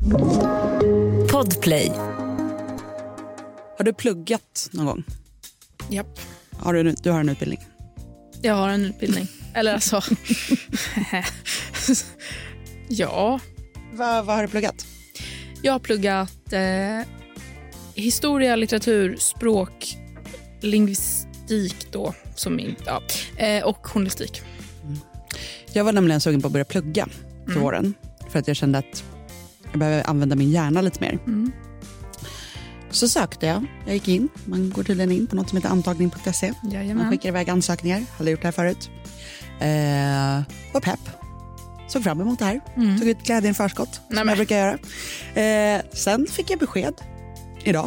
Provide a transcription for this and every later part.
Podplay. Har du pluggat någon gång? Japp. Du har en utbildning? Jag har en utbildning. Eller alltså... ja. Vad har du pluggat? Jag har pluggat historia, litteratur, språk, lingvistik då, och journalistik. Jag var nämligen sugen på att börja plugga för våren. För att jag kände att jag behöver använda min hjärna lite mer. Så sökte jag. Jag gick in. Man går tydligen in på något som heter antagning.se. Jajamän. Man skickar iväg ansökningar. Hade gjort det här förut. Var pepp. Såg fram emot det här. Tog ut glädjen förskott. Som jag brukar göra. Sen fick jag besked idag.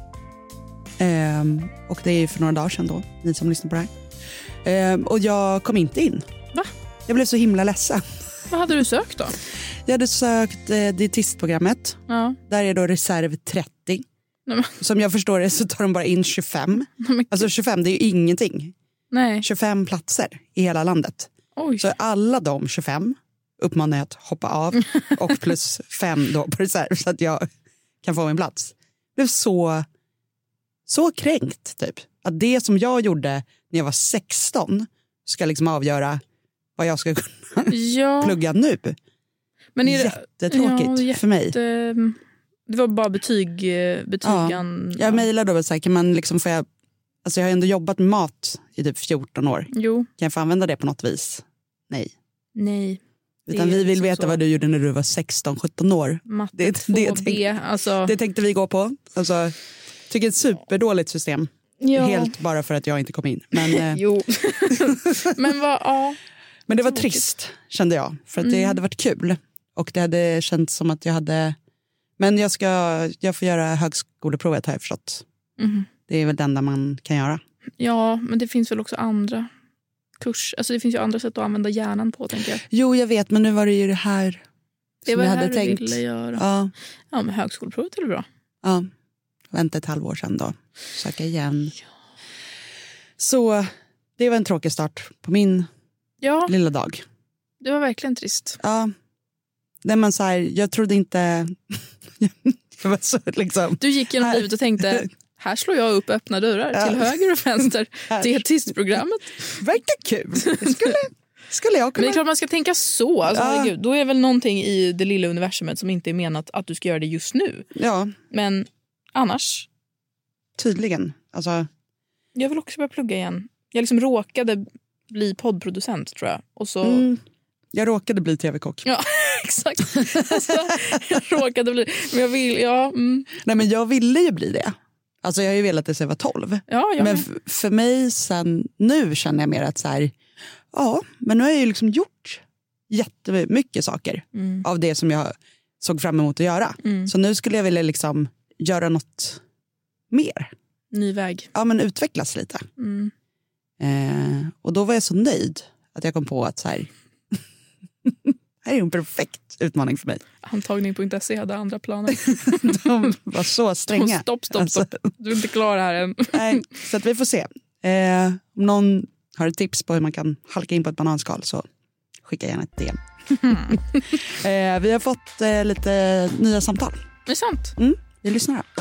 Och det är för några dagar sedan då. Ni som lyssnar på det här. Och jag kom inte in. Va? Jag blev så himla ledsen. Vad hade du sökt då? Jag hade sökt dietistprogrammet. Ja. Där är då reserv 30. Som jag förstår det så tar de bara in 25. Alltså 25, det är ju ingenting. Nej. 25 platser i hela landet. Oj. Så alla de 25 uppmanar jag att hoppa av. Och plus 5 då på reserv så att jag kan få min plats. Jag blev så kränkt typ. Att det som jag gjorde när jag var 16 ska liksom avgöra vad jag ska kunna plugga nu. Men är jättetråkigt för mig. Det var bara betygen. Jag mejlade då så här, kan man liksom få alltså jag har ändå jobbat med mat i typ 14 år. Jo. Kan jag få använda det på något vis? Nej. Utan vi vill veta vad du gjorde när du var 16-17 år. Matte 2B. Det tänkte vi gå på. Alltså, tycker ett superdåligt system. Ja. Helt bara för att jag inte kom in. Men, jo. Men det var trist, kände jag. För att det hade varit kul. Och det hade känts som att jag hade... Men jag får göra högskoleprovet, har jag förstått. Det är väl det enda man kan göra. Ja, men det finns väl också andra alltså det finns ju andra sätt att använda hjärnan på, tänker jag. Jo, jag vet, men nu var det ju det här som jag hade tänkt. Det ville göra. Ja, men högskoleprovet är det bra. Ja, vänta ett halvår sedan då. Söka igen. Ja. Så det var en tråkig start på min lilla dag. Det var verkligen trist. Ja. Där man så här, jag trodde inte... så, liksom. Du gick genom livet och tänkte... Här slår jag upp öppna dörrar till höger och vänster. Dietistprogrammet. Verkar kul. Skulle jag kunna... Men det är klart man ska tänka så. Alltså, herregud, då är det väl någonting i det lilla universumet som inte är menat att du ska göra det just nu. Ja. Men annars? Tydligen. Alltså... Jag vill också börja plugga igen. Jag liksom råkade bli poddproducent, tror jag. Och så... Jag råkade bli tv-kock. Ja, exakt. Alltså, jag råkade bli... Men jag vill... Nej, men jag ville ju bli det. Alltså jag har ju velat det sedan jag var 12. Ja, men för mig sen nu känner jag mer att så här, men nu har jag ju liksom gjort jättemycket saker av det som jag såg fram emot att göra. Så nu skulle jag vilja liksom göra något mer. Ny väg. Ja, men utvecklas lite. Och då var jag så nöjd att jag kom på att så här, här är en perfekt utmaning för mig. Antagning.se hade andra planer. De var så stränga. Stopp. Alltså, du är inte klar här än. Nej, så att vi får se. Om någon har ett tips på hur man kan halka in på ett bananskal så skicka gärna ett DM. Vi har fått lite nya samtal. Det är sant. Vi lyssnar här.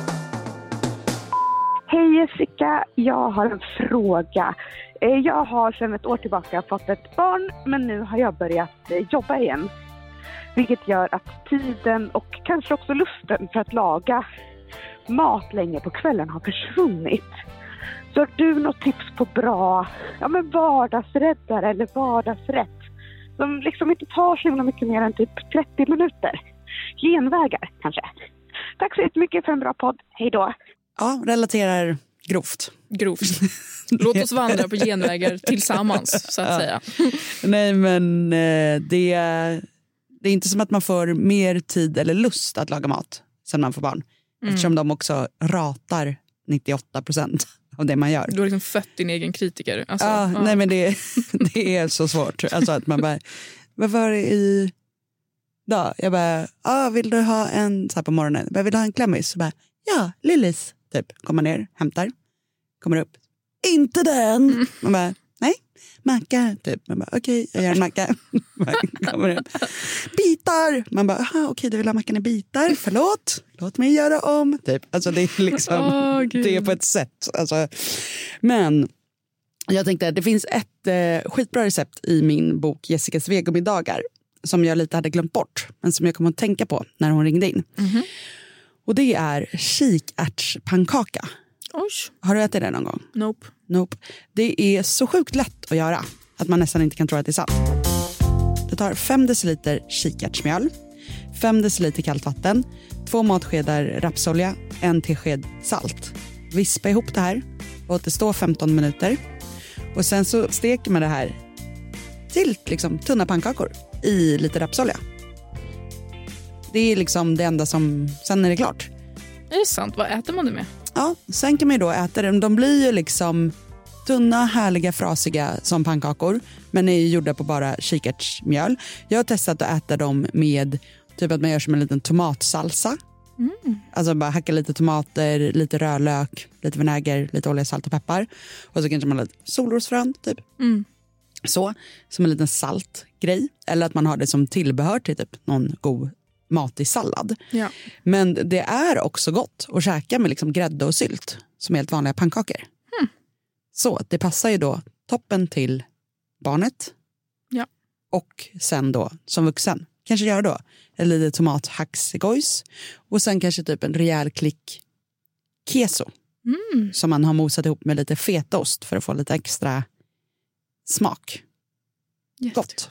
Hej Jessica, jag har en fråga. Jag har sedan ett år tillbaka fått ett barn, men nu har jag börjat jobba igen. Vilket gör att tiden och kanske också lusten för att laga mat länge på kvällen har försvunnit. Så har du något tips på bra vardagsrätter eller vardagsrätt som liksom inte tar så himla mycket mer än typ 30 minuter? Genvägar kanske. Tack så jättemycket för en bra podd. Hej då. Ja, relaterar grovt. Låt oss vandra på genvägar tillsammans, så att säga. Nej, men det är inte som att man får mer tid eller lust att laga mat sen man får barn. Eftersom de också ratar 98% av det man gör. Du har liksom fött din egen kritiker. Alltså, nej, men det är så svårt. Alltså att man bara, vad var det i dag? Jag bara, vill du ha en, så här på morgonen, vill du ha en klämmis? Så bara, ja, Lillis. Typ, kommer ner, hämtar, kommer upp. Inte den! Man bara, nej, macka, typ. Man bara, okej, jag gör en macka. Kommer det. Bitar! Man bara, okej, du vill ha mackan i bitar, förlåt. Låt mig göra om, typ. Alltså det är liksom, det är på ett sätt. Alltså, men jag tänkte att det finns ett skitbra recept i min bok Jessicas vegomiddagar som jag lite hade glömt bort, men som jag kom att tänka på när hon ringde in. Mm-hmm. Och det är kikärtspannkaka. Oj. Har du ätit det någon gång? Nope. Det är så sjukt lätt att göra att man nästan inte kan tro att det är sant. Du tar 5 deciliter kikärtsmjöl, 5 deciliter kallt vatten, 2 matskedar rapsolja, 1 tesked salt. Vispa ihop det här och låt det stå 15 minuter. Och sen så steker man det här till liksom tunna pannkakor i lite rapsolja. Det är liksom det enda som, sen är det klart. Är det sant? Vad äter man det med? Ja, sen kan man ju då äta dem. De blir ju liksom tunna, härliga, frasiga som pannkakor. Men är ju gjorda på bara kikärtsmjöl. Jag har testat att äta dem med typ att man gör som en liten tomatsalsa. Alltså bara hacka lite tomater, lite rödlök, lite vinäger, lite olja, salt och peppar. Och så kanske man har lite solrosfrön typ. Så, som en liten saltgrej. Eller att man har det som tillbehör till typ någon god matig sallad. Ja. Men det är också gott att käka med liksom grädde och sylt som helt vanliga pannkakor. Så det passar ju då toppen till barnet. Ja. Och sen då som vuxen kanske gör då en lite tomathacksgojs och sen kanske typ en rejäl klick keso som man har mosat ihop med lite fetaost för att få lite extra smak. Gott.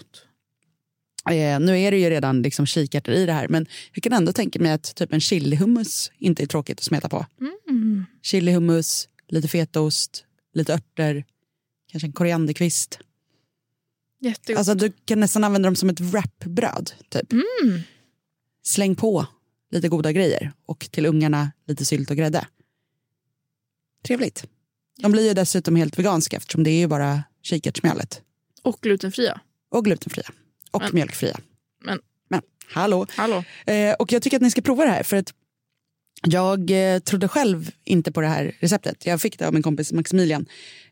Nu är det ju redan liksom kikärtor i det här, men jag kan ändå tänka mig att typ en chilihummus inte är tråkigt att smeta på. Chilihummus, lite fetaost, lite örter, kanske en korianderkvist. Jättegott. Alltså du kan nästan använda dem som ett wrapbröd typ. Släng på lite goda grejer och till ungarna lite sylt och grädde. Trevligt. De blir ju dessutom helt veganska eftersom det är ju bara kikärtsmjölet. Och glutenfria. Och mjölkfria. Men hallå. Och jag tycker att ni ska prova det här för att jag trodde själv inte på det här receptet. Jag fick det av min kompis Maximilian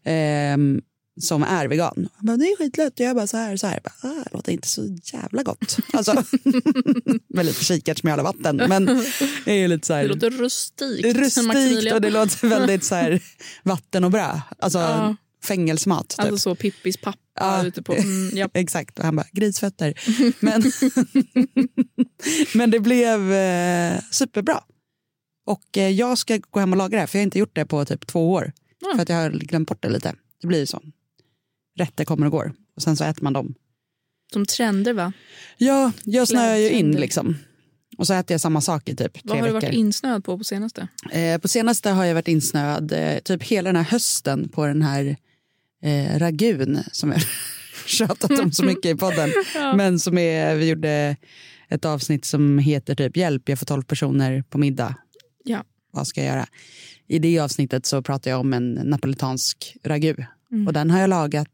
som är vegan. Han bara, det är skitlätt. Och jag bara så här. Det låter inte så jävla gott. Alltså, med lite kikärtsmjöl och vatten. Men det är lite så här. Det låter rustikt och det låter väldigt så här vatten och bröd. Alltså fängelsemat. Typ. Alltså så Pippis pappa ute på. Japp. Exakt. Och han bara, grisfötter. Men det blev superbra. Och jag ska gå hem och laga det här. För jag har inte gjort det på typ 2 år. För att jag har glömt bort det lite. Det blir ju så. Rätter kommer och går. Och sen så äter man dem. Som trender va? Ja, jag snöar ju in liksom. Och så äter jag samma sak i typ 3 veckor. Vad har du varit insnöad på senaste? På senaste har jag varit insnöad typ hela den här hösten på den här ragun som jag tjatat om så mycket i podden. Men som vi gjorde ett avsnitt som heter typ hjälp, jag får 12 personer på middag. Ja. Vad ska jag göra? I det avsnittet så pratar jag om en napolitansk ragu. Och den har jag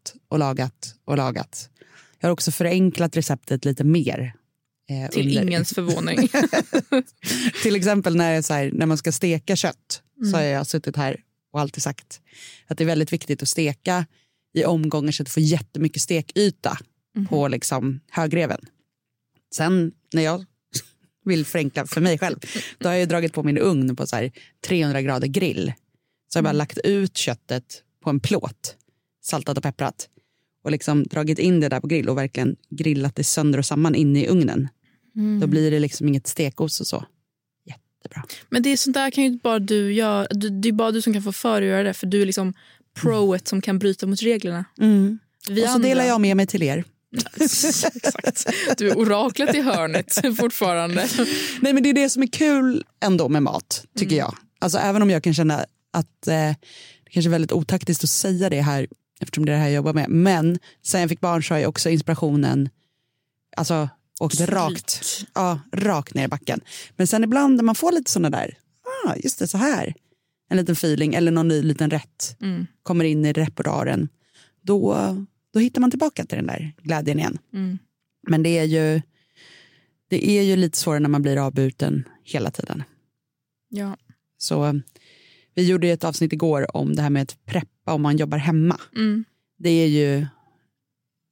lagat. Jag har också förenklat receptet lite mer. Till ingens förvåning. Till exempel när man ska steka kött så har jag suttit här och alltid sagt att det är väldigt viktigt att steka i omgångar så att du får jättemycket stekyta på liksom högreven. Sen när jag vill förenkla för mig själv, då har jag dragit på min ugn på så här 300 grader grill. Så har jag bara lagt ut köttet på en plåt, saltat och pepprat och liksom dragit in det där på grill och verkligen grillat det sönder och samman inne i ugnen. Då blir det liksom inget stekos och så. Jättebra. Men det är sånt där kan ju inte bara du göra. Det är bara du som kan få för att göra det, för du är liksom proet som kan bryta mot reglerna. Och så delar jag med mig till er. Exakt. Du är oraklet i hörnet fortfarande. Nej, men det är det som är kul ändå med mat, tycker jag. Alltså även om jag kan känna att det kanske är väldigt otaktiskt att säga det här eftersom det är det här jag jobbar med. Men sen jag fick barn så har jag också inspirationen alltså åkte rakt ner i backen. Men sen ibland när man får lite sådana där, just det, så här. En liten feeling eller någon ny liten rätt kommer in i repertoaren. Då hittar man tillbaka till den där glädjen igen. Men det är ju lite svårare när man blir avbruten hela tiden. Ja. Så vi gjorde ju ett avsnitt igår om det här med att preppa om man jobbar hemma. Det är ju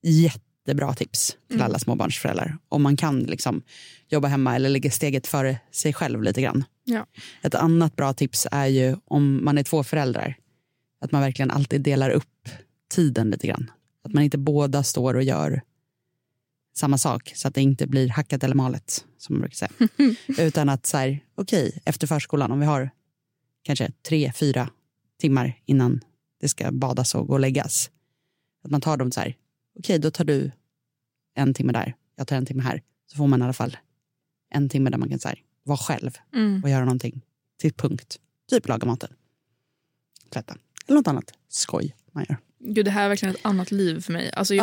jättebra tips till alla småbarnsföräldrar. Om man kan liksom jobba hemma eller lägga steget före sig själv lite grann. Ja. Ett annat bra tips är ju om man är 2 föräldrar. Att man verkligen alltid delar upp tiden lite grann. Att man inte båda står och gör samma sak. Så att det inte blir hackat eller malet, som man brukar säga. Utan att så här, okej, efter förskolan, om vi har kanske 3-4 timmar innan det ska badas och gå och läggas. Att man tar dem så här, okej, då tar du 1 timme där, jag tar 1 timme här. Så får man i alla fall 1 timme där man kan så här, vara själv och göra någonting till punkt. Typ laga maten. Tvätta. Eller något annat skoj man gör. Gud, det här är verkligen ett annat liv för mig. Alltså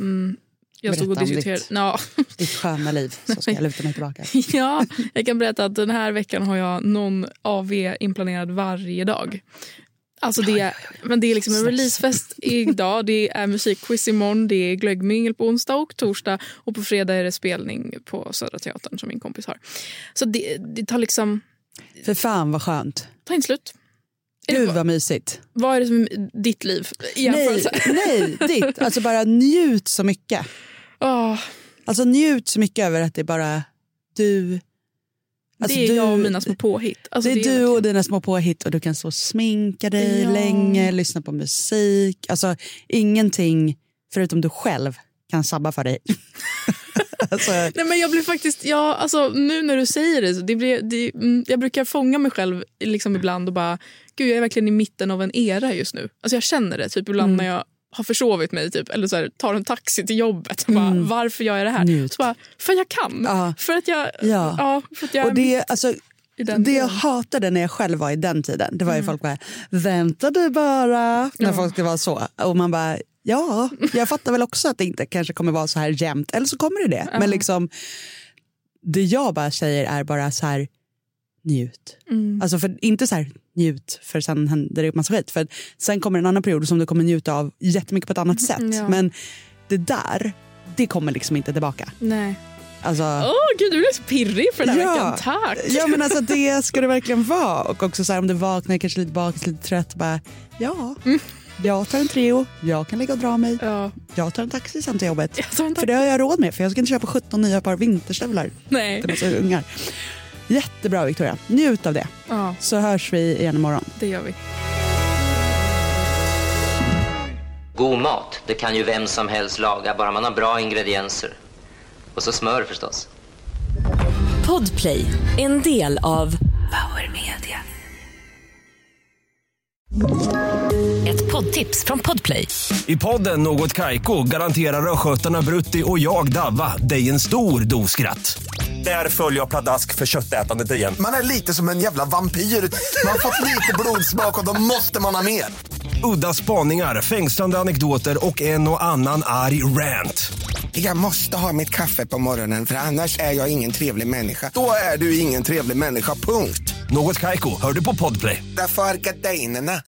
jag stod och diskuterade. Ditt sköna liv, så ska jag luta mig tillbaka. Ja, jag kan berätta att den här veckan har jag någon AV inplanerad varje dag. Alltså men det är liksom en releasefest idag, det är musikquiz imorgon, det är glöggmingel på onsdag och torsdag och på fredag är det spelning på Södra Teatern som min kompis har. Så det tar liksom... För fan vad skönt. Ta in slut. Gud vad mysigt. Vad är det som är ditt liv? Nej, ditt. Alltså bara njut så mycket. Alltså njut så mycket över att det är bara du. Alltså det är jag och mina små påhitt. Alltså det är du och dina små påhitt och du kan så sminka dig länge, lyssna på musik. Alltså ingenting förutom du själv kan sabba för dig. Alltså. Nej, men jag blir faktiskt, alltså nu när du säger det, så jag brukar fånga mig själv liksom ibland och bara, gud jag är verkligen i mitten av en era just nu. Alltså jag känner det typ ibland när jag har försovit mig typ, eller så här, tar en taxi till jobbet och bara, varför gör jag det här? Njut. Så bara, för jag kan. För att jag, för att jag och det, alltså, det jag hatade när jag själv var i den tiden, det var ju folk bara, vänta du bara, när folk skulle vara så. Och man bara, ja, jag fattar väl också att det inte kanske kommer vara så här jämnt, eller så kommer det. Men liksom, det jag bara säger är bara så här, njut. Alltså för inte så här njut, för sen händer det upp massa skit. För sen kommer en annan period som du kommer njuta av jättemycket på ett annat sätt. Men det där, det kommer liksom inte tillbaka. Nej. Alltså, gud, du är så pirrig för den här veckan, tack. Ja, men alltså det ska det verkligen vara. Och också så här, om du vaknar kanske lite bakis, lite trött, bara jag tar en Treo, jag kan ligga och dra mig. Jag tar en taxi sen till jobbet. För det har jag råd med, för jag ska inte köpa 17 nya par vinterstövlar. Nej. Det är så ungar. Jättebra Victoria, njut av det. Så hörs vi igen imorgon. Det gör vi. God mat, det kan ju vem som helst laga, bara man har bra ingredienser. Och så smör förstås. Podplay, en del av Power Media. Ett poddtips från Podplay. I podden Något Kaiko garanterar röskötarna Brutti och jag Davva dig en stor doskratt. Där följer jag pladask för köttätandet igen. Man är lite som en jävla vampyr. Man har fått lite blodsmak och då måste man ha mer. Udda spaningar, fängslande anekdoter och en och annan arg rant. Jag måste ha mitt kaffe på morgonen, för annars är jag ingen trevlig människa. Då är du ingen trevlig människa, punkt. Något Kaiko, hör du på Podplay. Därför är gardinerna.